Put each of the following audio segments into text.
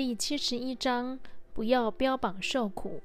第71章，不要标榜受苦。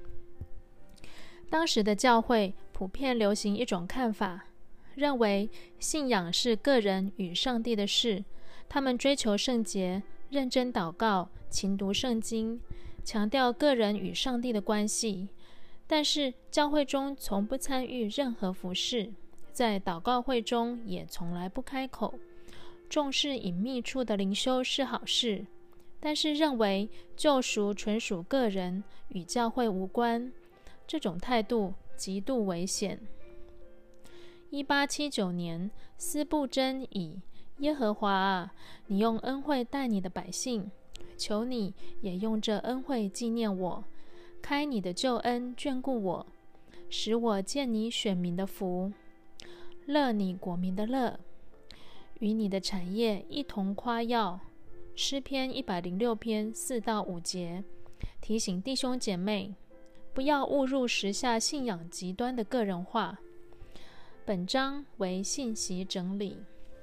当时的教会普遍流行一种看法，认为信仰是个人与上帝的事，他们追求圣洁，认真祷告，勤读圣经，强调个人与上帝的关系。但是教会中从不参与任何服事，在祷告会中也从来不开口。重视隐秘处的灵修是好事，但是认为救赎纯属个人，与教会无关，这种态度极度危险。1879年，司布真以耶和华啊，你用恩惠待你的百姓，求你也用这恩惠纪念我，开你的救恩眷顾我，使我见你选民的福，乐你国民的乐，与你的产业一同夸耀。诗篇106篇4到5节，提醒弟兄姐妹不要误入时下信仰极端的个人化。本章为信息整理。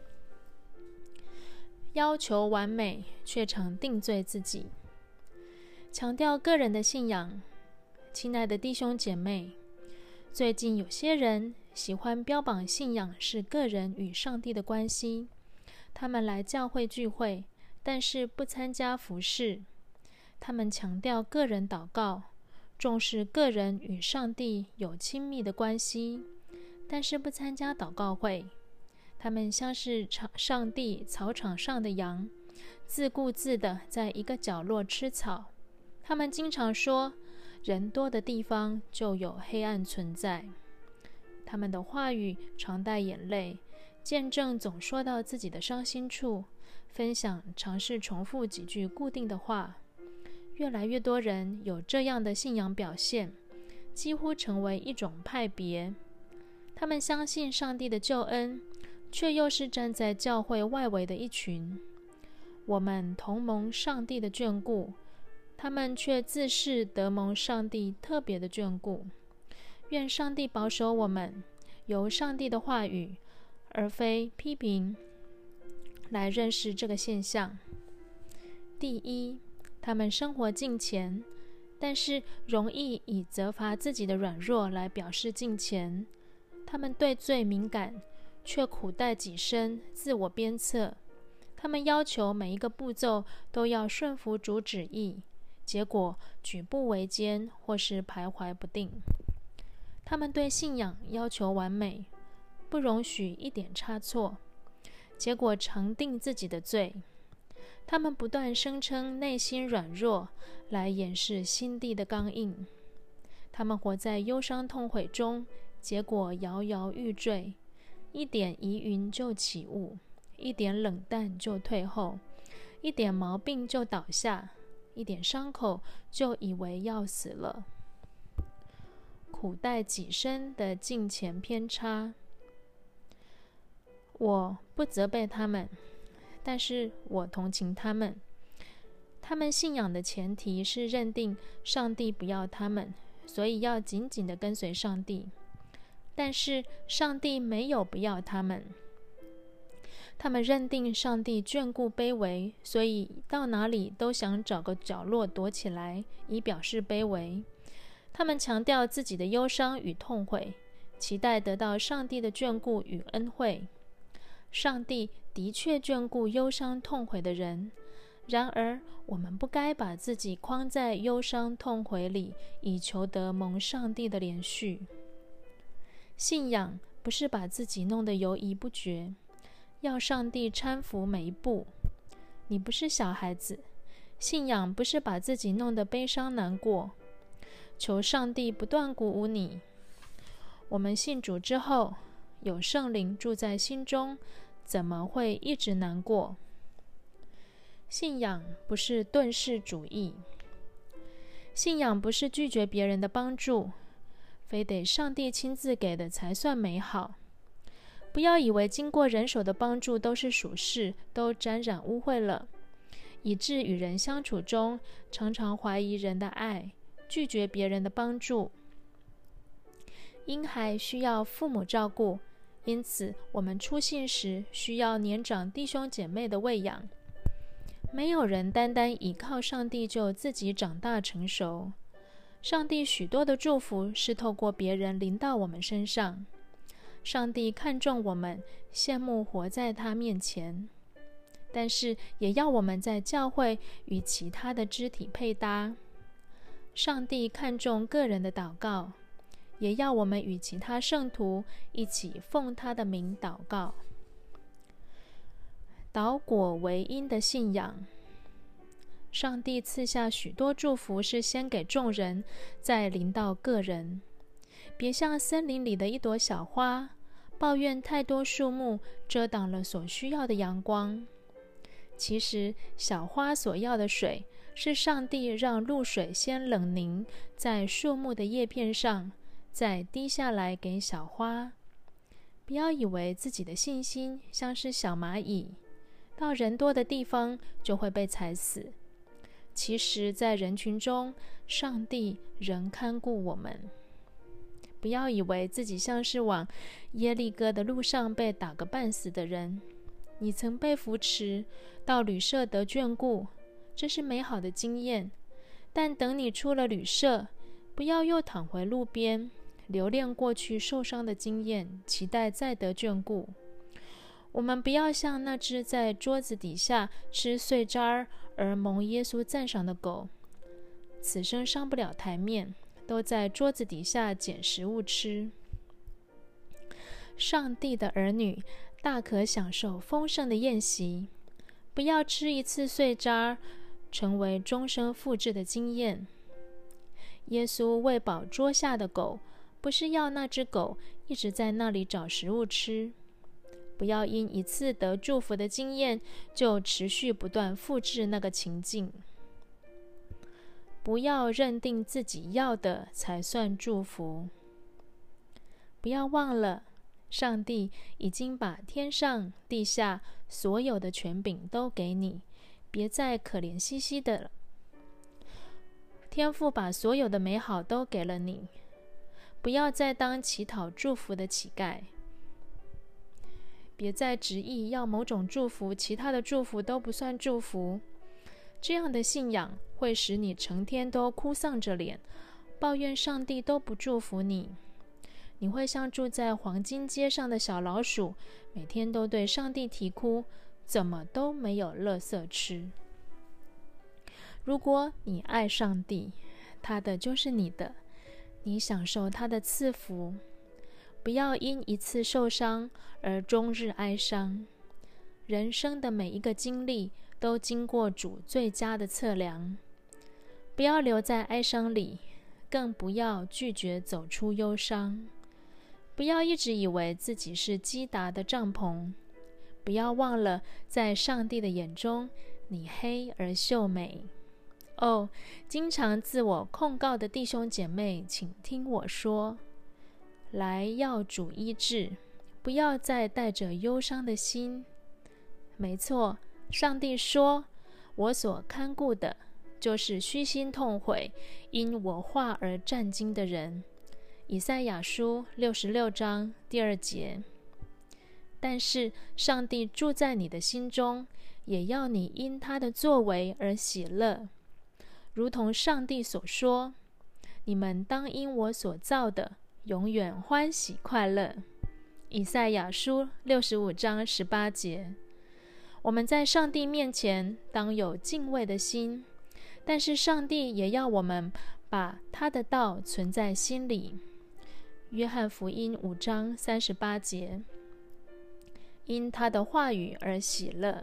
要求完美，却常定罪自己。强调个人的信仰。亲爱的弟兄姐妹，最近有些人喜欢标榜信仰是个人与上帝的关系，他们来教会聚会，但是不参加服事。他们强调个人祷告，重视个人与上帝有亲密的关系，但是不参加祷告会。他们像是上帝草场上的羊，自顾自地在一个角落吃草。他们经常说，人多的地方就有黑暗存在。他们的话语常带眼泪，见证总说到自己的伤心处，分享尝试重复几句固定的话。越来越多人有这样的信仰表现，几乎成为一种派别。他们相信上帝的救恩，却又是站在教会外围的一群。我们同蒙上帝的眷顾，他们却自视得蒙上帝特别的眷顾。愿上帝保守我们，由上帝的话语，而非批评，来认识这个现象。第一，他们生活敬虔，但是容易以责罚自己的软弱来表示敬虔。他们对罪敏感，却苦待己身，自我鞭策。他们要求每一个步骤都要顺服主旨意，结果举步维艰，或是徘徊不定。他们对信仰要求完美，不容许一点差错，结果常定自己的罪。他们不断声称内心软弱，来掩饰心地的刚硬。他们活在忧伤痛悔中，结果摇摇欲坠，一点疑云就起雾，一点冷淡就退后，一点毛病就倒下，一点伤口就以为要死了。苦待己身的敬虔偏差。我不责备他们，但是我同情他们。他们信仰的前提是认定上帝不要他们，所以要紧紧地跟随上帝。但是上帝没有不要他们。他们认定上帝眷顾卑微，所以到哪里都想找个角落躲起来，以表示卑微。他们强调自己的忧伤与痛悔，期待得到上帝的眷顾与恩惠。上帝的确眷顾忧伤痛悔的人，然而我们不该把自己框在忧伤痛悔里，以求得蒙上帝的怜恤。信仰不是把自己弄得犹疑不决，要上帝搀扶每一步。你不是小孩子，信仰不是把自己弄得悲伤难过。求上帝不断鼓舞你。我们信主之后，有圣灵住在心中，怎么会一直难过？信仰不是遁世主义，信仰不是拒绝别人的帮助，非得上帝亲自给的才算美好。不要以为经过人手的帮助都是属世，都沾染污秽了，以致与人相处中常常怀疑人的爱，拒绝别人的帮助。婴孩需要父母照顾，因此我们初信时需要年长弟兄姐妹的喂养。 没有人单单倚靠上帝就自己长大成熟。上帝许多的祝福是透过别人临到我们身上。上帝看重我们，羡慕活在他面前，但是也要我们在教会与其他的肢体配搭。上帝看重个人的祷告，也要我们与其他圣徒一起奉他的名祷告。倒果为因的信仰。上帝赐下许多祝福是先给众人，再临到个人。别像森林里的一朵小花，抱怨太多树木遮挡了所需要的阳光。其实小花所要的水，是上帝让露水先冷凝在树木的叶片上，再滴下来给小花。不要以为自己的信心像是小蚂蚁，到人多的地方就会被踩死。其实在人群中，上帝仍看顾我们。不要以为自己像是往耶利哥的路上被打个半死的人。你曾被扶持到旅社得眷顾，这是美好的经验。但等你出了旅社，不要又躺回路边，留恋过去受伤的经验，期待再得眷顾。我们不要像那只在桌子底下吃碎渣而蒙耶稣赞赏的狗，此生上不了台面，都在桌子底下捡食物吃。上帝的儿女大可享受丰盛的宴席，不要吃一次碎渣成为终生复制的经验。耶稣喂饱桌下的狗，不是要那只狗一直在那里找食物吃。不要因一次得祝福的经验就持续不断复制那个情境。不要认定自己要的才算祝福。不要忘了，上帝已经把天上地下所有的权柄都给你，别再可怜兮兮的了。天父把所有的美好都给了你，不要再当乞讨祝福的乞丐。别再执意要某种祝福，其他的祝福都不算祝福。这样的信仰会使你成天都哭丧着脸，抱怨上帝都不祝福你。你会像住在黄金街上的小老鼠，每天都对上帝啼哭，怎么都没有垃圾吃。如果你爱上帝，他的就是你的，你享受他的赐福。不要因一次受伤而终日哀伤。人生的每一个经历都经过主最佳的测量。不要留在哀伤里，更不要拒绝走出忧伤。不要一直以为自己是基达的帐篷。不要忘了，在上帝的眼中，你黑而秀美。哦，经常自我控告的弟兄姐妹，请听我说，来要主医治，不要再带着忧伤的心。没错，上帝说，我所看顾的就是虚心痛悔，因我话而战惊的人。以赛亚书66章第2节。但是上帝住在你的心中，也要你因他的作为而喜乐，如同上帝所说，你们当因我所造的永远欢喜快乐。以赛亚书65章18节。我们在上帝面前当有敬畏的心，但是上帝也要我们把他的道存在心里。约翰福音5章38节。因他的话语而喜乐。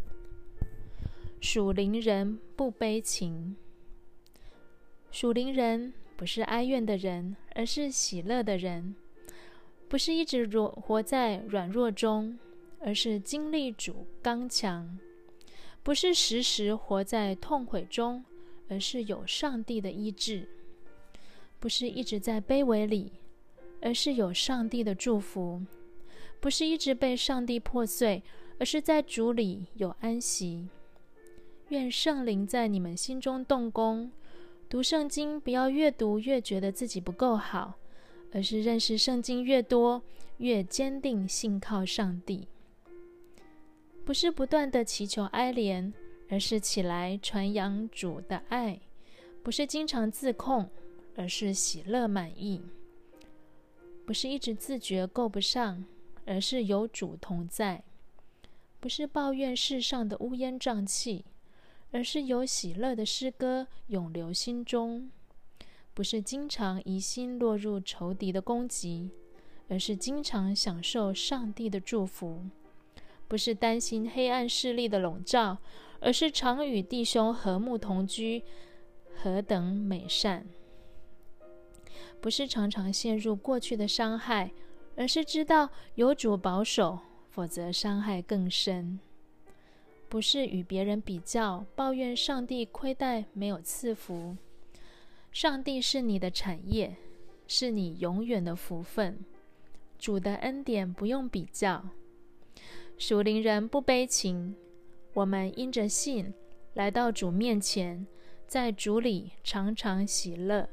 属灵人不悲情。属灵人不是哀怨的人，而是喜乐的人。不是一直活在软弱中，而是经历主刚强。不是时时活在痛悔中，而是有上帝的医治。不是一直在卑微里，而是有上帝的祝福。不是一直被上帝破碎，而是在主里有安息。愿圣灵在你们心中动工。读圣经不要越读越觉得自己不够好，而是认识圣经越多，越坚定信靠上帝。不是不断的祈求哀怜， 而是起来传扬主的爱；不是经常自控，而是喜乐满意；不是一直自觉够不上，而是有主同在；不是抱怨世上的乌烟瘴气，而是有喜乐的诗歌永留心中；不是经常疑心落入仇敌的攻击，而是经常享受上帝的祝福；不是担心黑暗势力的笼罩，而是常与弟兄和睦同居，何等美善！不是常常陷入过去的伤害，而是知道有主保守，否则伤害更深；不是与别人比较，抱怨上帝亏待没有赐福。上帝是你的产业，是你永远的福分。主的恩典不用比较。属灵人不悲情，我们因着信来到主面前，在主里常常喜乐。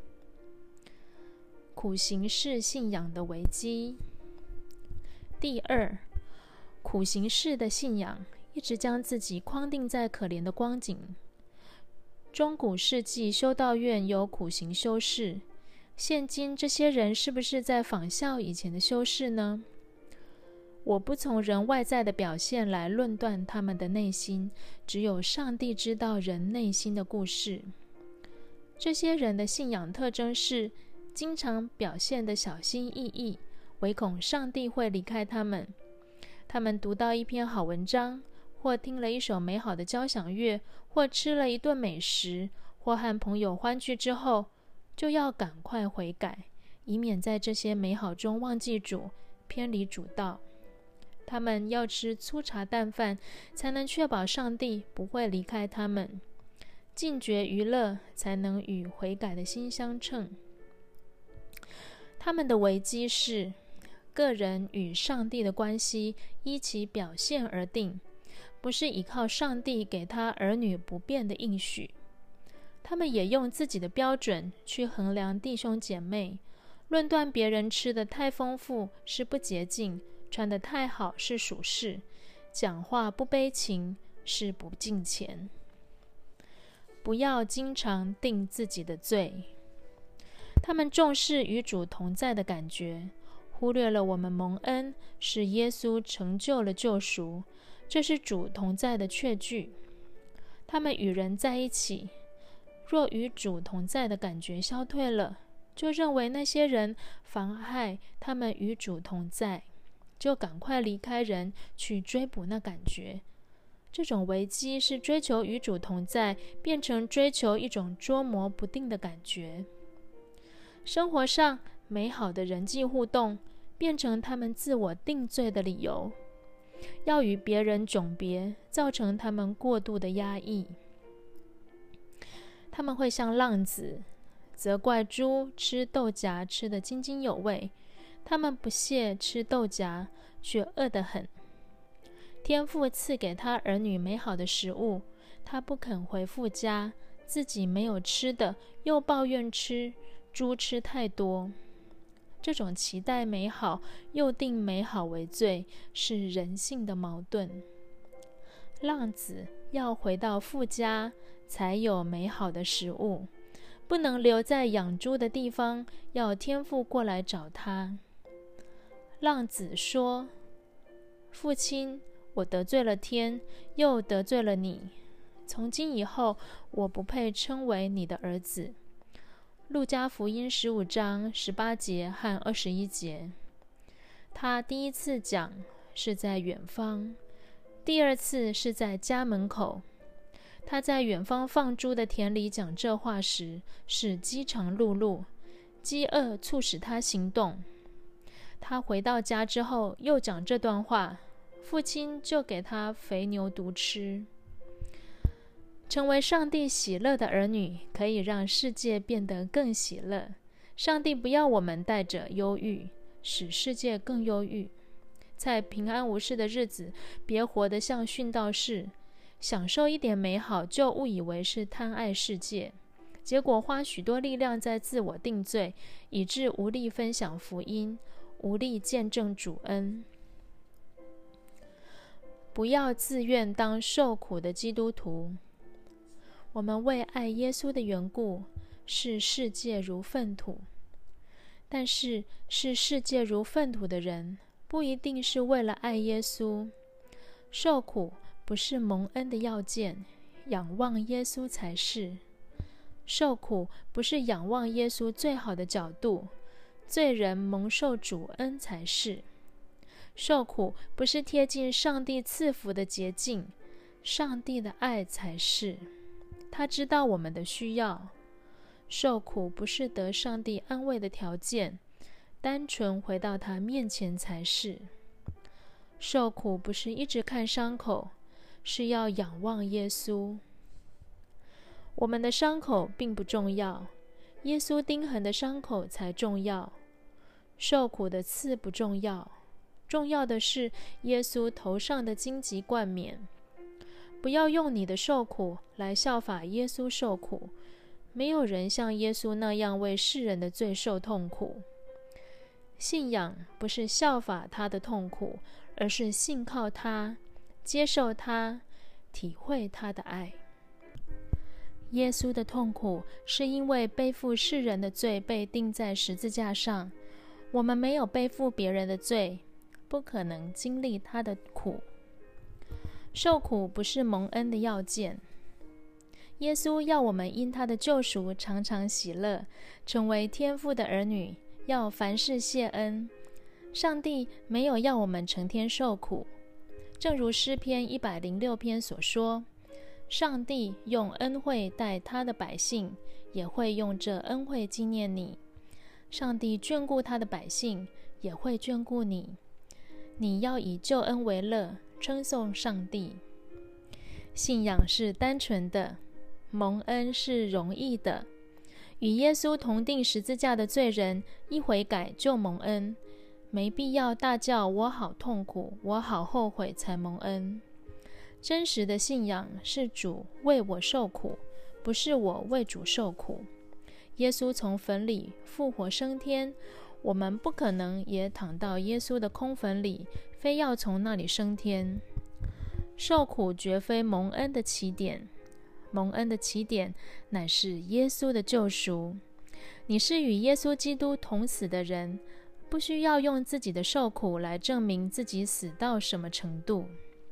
苦行式信仰的危机。第二，苦行式的信仰一直将自己框定在可怜的光景。中古世纪修道院有苦行修士，现今这些人是不是在仿效以前的修士呢？我不从人外在的表现来论断他们的内心，只有上帝知道人内心的故事。这些人的信仰特征是经常表现得小心翼翼，唯恐上帝会离开他们。他们读到一篇好文章，或听了一首美好的交响乐，或吃了一顿美食，或和朋友欢聚之后，就要赶快悔改，以免在这些美好中忘记主，偏离主道。他们要吃粗茶淡饭，才能确保上帝不会离开他们；禁绝娱乐，才能与悔改的心相称。他们的危机是，个人与上帝的关系依其表现而定，不是依靠上帝给他儿女不变的应许。他们也用自己的标准去衡量弟兄姐妹，论断别人吃得太丰富是不洁净，穿得太好是属世，讲话不悲情是不敬虔。不要经常定自己的罪。他们重视与主同在的感觉，忽略了我们蒙恩是耶稣成就了救赎，这是主同在的确据。他们与人在一起，若与主同在的感觉消退了，就认为那些人妨害他们与主同在，就赶快离开人去追捕那感觉。这种危机是追求与主同在，变成追求一种捉摸不定的感觉。生活上美好的人际互动，变成他们自我定罪的理由，要与别人迥别，造成他们过度的压抑。他们会像浪子，责怪猪吃豆荚吃得津津有味，他们不屑吃豆荚，却饿得很。天父赐给他儿女美好的食物，他不肯回父家，自己没有吃的，又抱怨猪吃太多。这种期待美好，又定美好为罪，是人性的矛盾。浪子要回到父家，才有美好的食物，不能留在养猪的地方，要天父过来找他。浪子说：父亲，我得罪了天，又得罪了你，从今以后，我不配称为你的儿子。路加福音15章18节和21节。他第一次讲是在远方，第二次是在家门口。他在远方放猪的田里讲这话时，是饥肠辘辘，饥饿促使他行动。他回到家之后又讲这段话，父亲就给他肥牛犊吃。成为上帝喜乐的儿女，可以让世界变得更喜乐。上帝不要我们带着忧郁，使世界更忧郁。在平安无事的日子，别活得像殉道士，享受一点美好就误以为是贪爱世界，结果花许多力量在自我定罪，以致无力分享福音，无力见证主恩。 不要自愿当受苦的基督徒。我们为爱耶稣的缘故，视世界如粪土。但是视世界如粪土的人，不一定是为了爱耶稣。受苦不是蒙恩的要件，仰望耶稣才是。受苦不是仰望耶稣最好的角度，罪人蒙受主恩才是。受苦不是贴近上帝赐福的捷径，上帝的爱才是。他知道我们的需要。受苦不是得上帝安慰的条件，单纯回到他面前才是。受苦不是一直看伤口，是要仰望耶稣。我们的伤口并不重要，耶稣钉痕的伤口才重要。受苦的刺不重要，重要的是耶稣头上的荆棘冠冕。不要用你的受苦来效法耶稣受苦，没有人像耶稣那样为世人的罪受痛苦。信仰不是效法他的痛苦，而是信靠他，接受他，体会他的爱。耶稣的痛苦是因为背负世人的罪被钉在十字架上，我们没有背负别人的罪，不可能经历他的苦。受苦不是蒙恩的要件。耶稣要我们因他的救赎常常喜乐，成为天父的儿女，要凡事谢恩。上帝没有要我们成天受苦，正如诗篇106篇所说，上帝用恩惠待他的百姓，也会用这恩惠纪念你。上帝眷顾他的百姓，也会眷顾你。你要以救恩为乐，称颂上帝。信仰是单纯的，蒙恩是容易的。与耶稣同定十字架的罪人，一悔改就蒙恩，没必要大叫我好痛苦，我好后悔才蒙恩。真实的信仰是主为我受苦，不是我为主受苦。耶稣从坟里复活升天，我们不可能也躺到耶稣的空坟里，非要从那里升天。受苦绝非蒙恩的起点，蒙恩的起点乃是耶稣的救赎。你是与耶稣基督同死的人，不需要用自己的受苦来证明自己死到什么程度。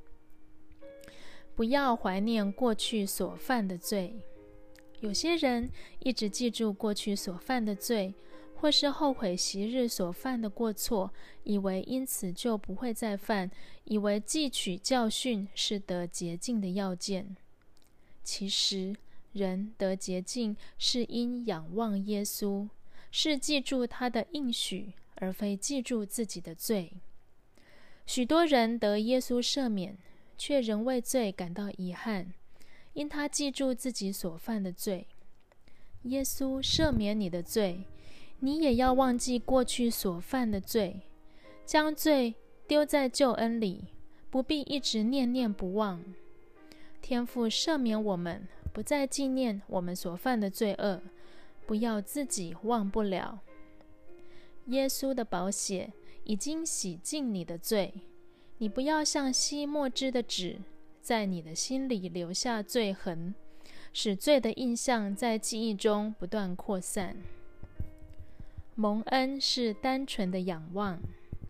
不要怀念过去所犯的罪。有些人一直记住过去所犯的罪，或是后悔昔日所犯的过错，以为因此就不会再犯，以为汲取教训是得洁净的要件。其实人得洁净是因仰望耶稣，是记住他的应许，而非记住自己的罪。许多人得耶稣赦免，却仍为罪感到遗憾，因他记住自己所犯的罪。耶稣赦免你的罪，你也要忘记过去所犯的罪，将罪丢在救恩里，不必一直念念不忘。天父赦免我们，不再纪念我们所犯的罪恶，不要自己忘不了。耶稣的宝血已经洗净你的罪，你不要像吸墨汁的纸，在你的心里留下罪痕，使罪的印象在记忆中不断扩散。蒙恩是单纯的仰望。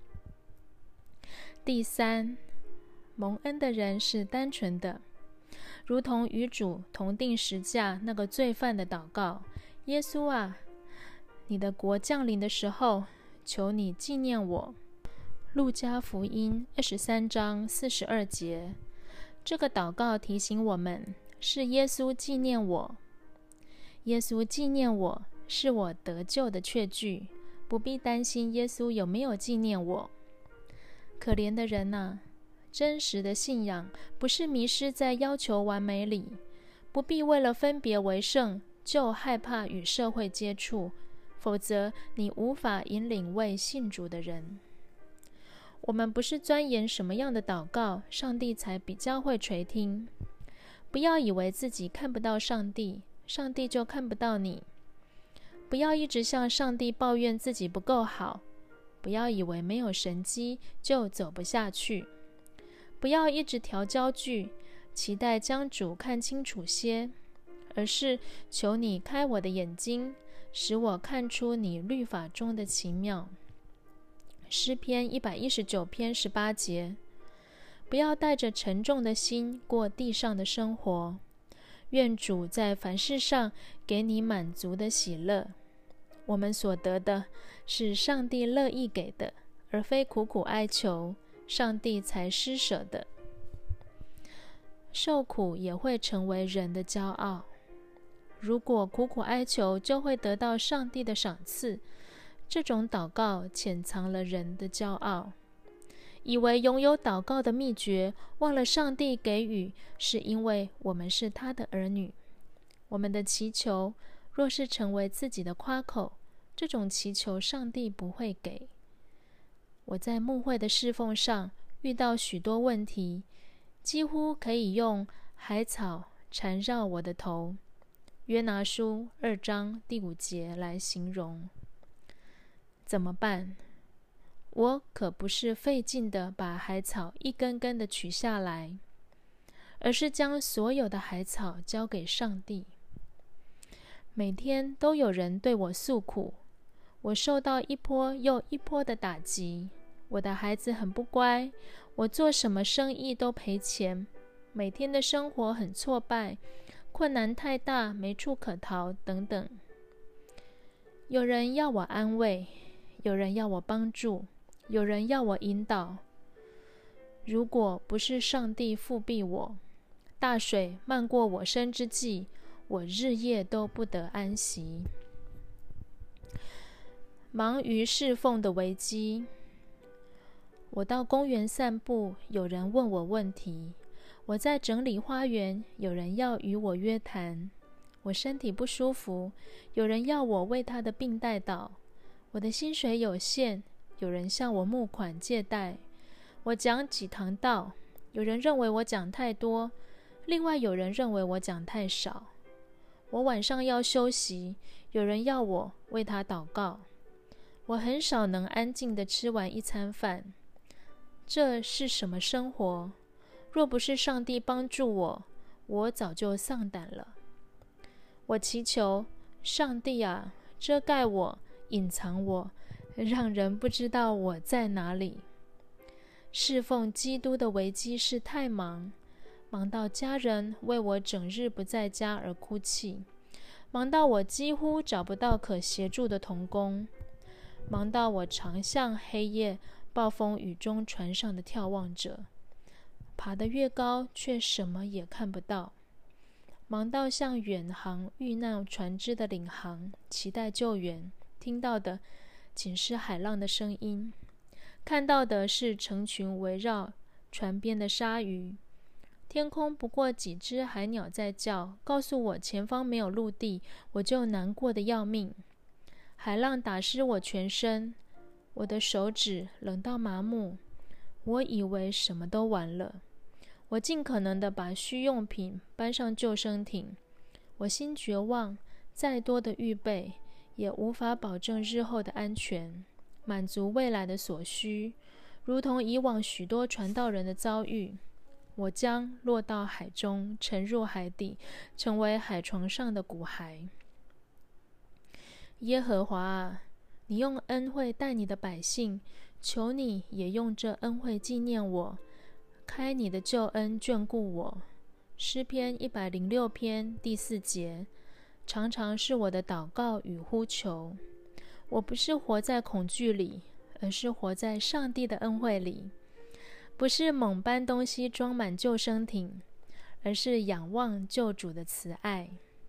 第三，蒙恩的人是单纯的，如同与主同定十架那个罪犯的祷告：耶稣啊，你的国降临的时候，求你纪念我。路加福音23章42节。这个祷告提醒我们，是耶稣纪念我。耶稣纪念我，是我得救的确据，不必担心耶稣有没有纪念我。可怜的人啊，真实的信仰不是迷失在要求完美里，不必为了分别为圣就害怕与社会接触，否则你无法引领为信主的人。我们不是钻研什么样的祷告，上帝才比较会垂听。不要以为自己看不到上帝，上帝就看不到你。不要一直向上帝抱怨自己不够好，不要以为没有神迹就走不下去。 不要一直调焦距，期待将主看清楚些，而是求你开我的眼睛，使我看出你律法中的奇妙。诗篇119篇18节。不要带着沉重的心过地上的生活，愿主在凡事上给你满足的喜乐。我们所得的是上帝乐意给的，而非苦苦哀求，上帝才施舍的。受苦也会成为人的骄傲。如果苦苦哀求就会得到上帝的赏赐，这种祷告潜藏了人的骄傲，以为拥有祷告的秘诀，忘了上帝给予，是因为我们是他的儿女。我们的祈求若是成为自己的夸口，这种祈求上帝不会给。我在牧会的侍奉上遇到许多问题，几乎可以用海草缠绕我的头，约拿书2章第5节来形容。怎么办？我可不是费劲地把海草一根根地取下来，而是将所有的海草交给上帝。每天都有人对我诉苦，我受到一波又一波的打击。我的孩子很不乖，我做什么生意都赔钱，每天的生活很挫败，困难太大，没处可逃，等等。有人要我安慰，有人要我帮助，有人要我引导。如果不是上帝覆庇我，大水漫过我身之际，我日夜都不得安息。忙于侍奉的危机。我到公园散步，有人问我问题；我在整理花园，有人要与我约谈；我身体不舒服，有人要我为他的病代祷；我的薪水有限，有人向我募款借贷；我讲几堂道，有人认为我讲太多，另外有人认为我讲太少；我晚上要休息，有人要我为他祷告；我很少能安静地吃完一餐饭。这是什么生活？若不是上帝帮助我，我早就丧胆了。我祈求上帝啊，遮盖我，隐藏我，让人不知道我在哪里。侍奉基督的危机是太忙，忙到家人为我整日不在家而哭泣，忙到我几乎找不到可协助的同工，忙到我常像黑夜暴风雨中船上的眺望者，爬得越高却什么也看不到，忙到像远航遇难船只的领航，期待救援，听到的仅是海浪的声音，看到的是成群围绕船边的鲨鱼，天空不过几只海鸟在叫，告诉我前方没有陆地，我就难过的要命。海浪打湿我全身，我的手指冷到麻木，我以为什么都完了。我尽可能地把需用品搬上救生艇，我心绝望，再多的预备也无法保证日后的安全，满足未来的所需，如同以往许多传道人的遭遇。我将落到海中，沉入海底，成为海床上的骨骸。耶和华啊，你用恩惠待你的百姓，求你也用这恩惠纪念我，开你的救恩眷顾我。诗篇106篇第4节，常常是我的祷告与呼求。我不是活在恐惧里，而是活在上帝的恩惠里；不是猛搬东西装满救生艇，而是仰望救主的慈爱。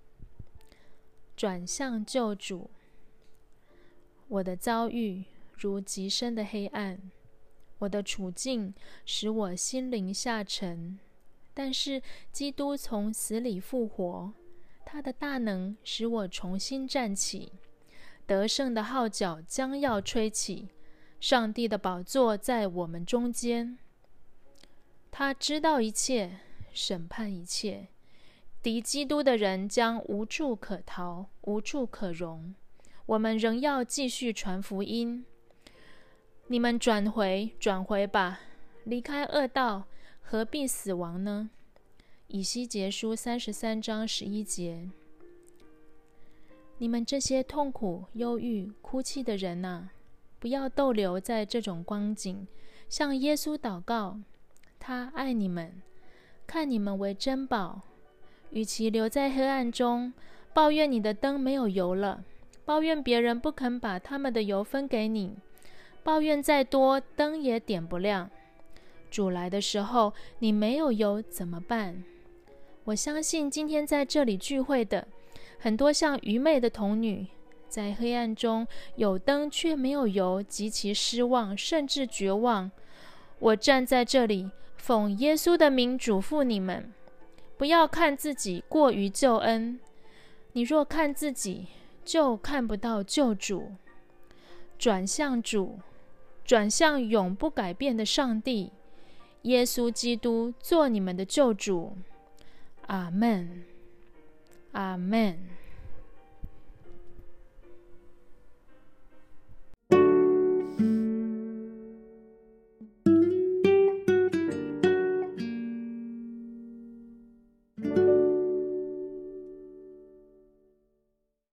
转向救主。我的遭遇如极深的黑暗，我的处境使我心灵下沉，但是基督从死里复活，他的大能使我重新站起，得胜的号角将要吹起，上帝的宝座在我们中间。他知道一切，审判一切，敌基督的人将无处可逃，无处可容。我们仍要继续传福音。你们转回吧，离开恶道， 何必死亡呢？以西结书33章11节。你们这些痛苦、忧郁、哭泣的人啊，不要逗留在这种光景，向耶稣祷告，他爱你们，看你们为珍宝。与其留在黑暗中，抱怨你的灯没有油了，抱怨别人不肯把他们的油分给你，抱怨再多，灯也点不亮。主来的时候，你没有油怎么办？我相信今天在这里聚会的很多像愚昧的童女，在黑暗中有灯却没有油，极其失望，甚至绝望。我站在这里，奉耶稣的名嘱咐你们，不要看自己过于救恩。你若看自己，就看不到救主。转向主，转向永不改变的上帝，耶稣基督做你们的救主。阿们，阿们。